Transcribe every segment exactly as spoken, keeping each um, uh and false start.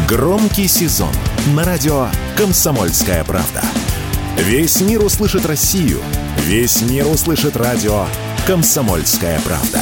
Громкий сезон на радио «Комсомольская правда». Весь мир услышит Россию. Весь мир услышит радио «Комсомольская правда».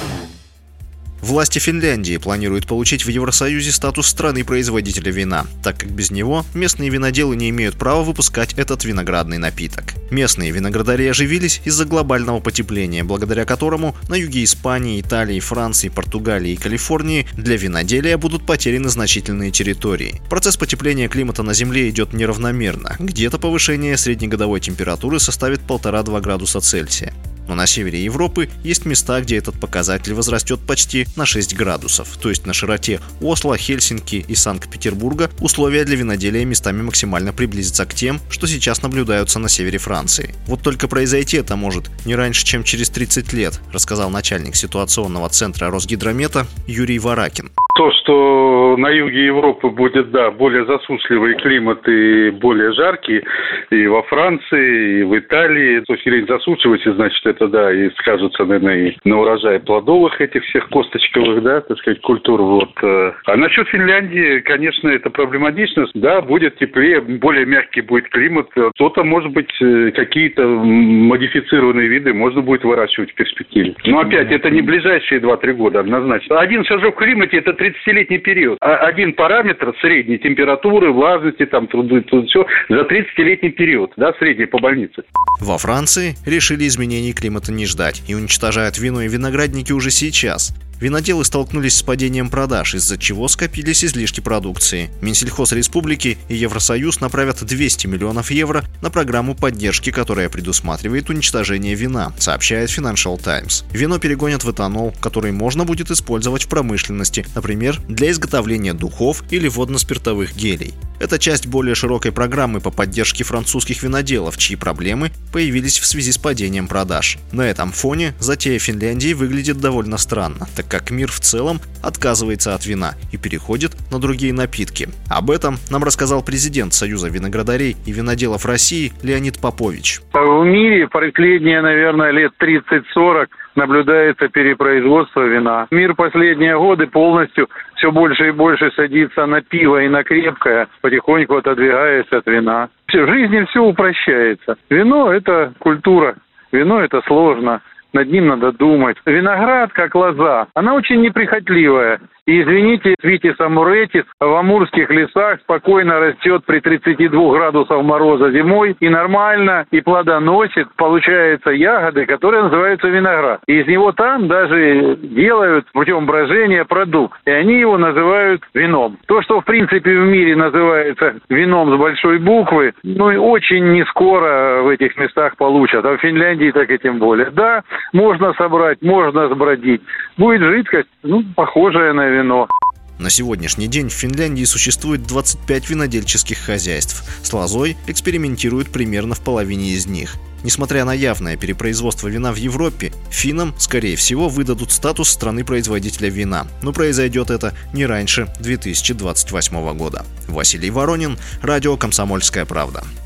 Власти Финляндии планируют получить в Евросоюзе статус страны-производителя вина, так как без него местные виноделы не имеют права выпускать этот виноградный напиток. Местные виноградари оживились из-за глобального потепления, благодаря которому на юге Испании, Италии, Франции, Португалии и Калифорнии для виноделия будут потеряны значительные территории. Процесс потепления климата на Земле идет неравномерно. Где-то повышение среднегодовой температуры составит полтора-два градуса Цельсия. Но на севере Европы есть места, где этот показатель возрастет почти на шесть градусов. То есть на широте Осло, Хельсинки и Санкт-Петербурга условия для виноделия местами максимально приблизятся к тем, что сейчас наблюдаются на севере Франции. Вот только произойти это может не раньше, чем через тридцать лет, рассказал начальник ситуационного центра Росгидромета Юрий Варакин. То, что на юге Европы будет, да, более засушливый климат и более жаркий, и во Франции, и в Италии. То есть, если засушивается, значит, это, да, и скажется, наверное, и на урожае плодовых этих всех косточковых, да, так сказать, культур. Вот. А насчет Финляндии, конечно, это проблематично. Да, будет теплее, более мягкий будет климат. Кто-то, может быть, какие-то модифицированные виды можно будет выращивать в перспективе. Но опять, это не ближайшие два-три года, однозначно. Один шажок в климате – это тридцатилетний период. Один параметр средней температуры, влажности, там, труды, тут все, за тридцатилетний период, да, средний по больнице. Во Франции решили изменений климата не ждать и уничтожают вино и виноградники уже сейчас. Виноделы столкнулись с падением продаж, из-за чего скопились излишки продукции. Минсельхоз Республики и Евросоюз направят двести миллионов евро на программу поддержки, которая предусматривает уничтожение вина, сообщает Financial Times. Вино перегонят в этанол, который можно будет использовать в промышленности, например, для изготовления духов или водно-спиртовых гелей. Это часть более широкой программы по поддержке французских виноделов, чьи проблемы появились в связи с падением продаж. На этом фоне затея Финляндии выглядит довольно странно, так как мир в целом отказывается от вина и переходит на другие напитки. Об этом нам рассказал президент Союза виноградарей и виноделов России Леонид Попович. В мире последние, наверное, лет тридцать-сорок наблюдается перепроизводство вина. Мир последние годы полностью все больше и больше садится на пиво и на крепкое, потихоньку отодвигаясь от вина. В жизни все упрощается. Вино – это культура, вино – это сложно. Над ним надо думать. Виноград, как лоза, она очень неприхотливая. И, извините, Витис амуретис в амурских лесах спокойно растет при тридцати двух градусах мороза зимой и нормально, и плодоносит. Получаются ягоды, которые называются виноград. И из него там даже делают путем брожения продукт. И они его называют вином. То, что в принципе в мире называется вином с большой буквы, ну и очень не скоро в этих местах получат. А в Финляндии так и тем более. Да, можно собрать, можно сбродить. Будет жидкость, ну, похожая на вино. На сегодняшний день в Финляндии существует двадцать пять винодельческих хозяйств. С лозой экспериментируют примерно в половине из них. Несмотря на явное перепроизводство вина в Европе, финнам, скорее всего, выдадут статус страны-производителя вина. Но произойдет это не раньше две тысячи двадцать восьмого года. Василий Воронин, радио «Комсомольская правда».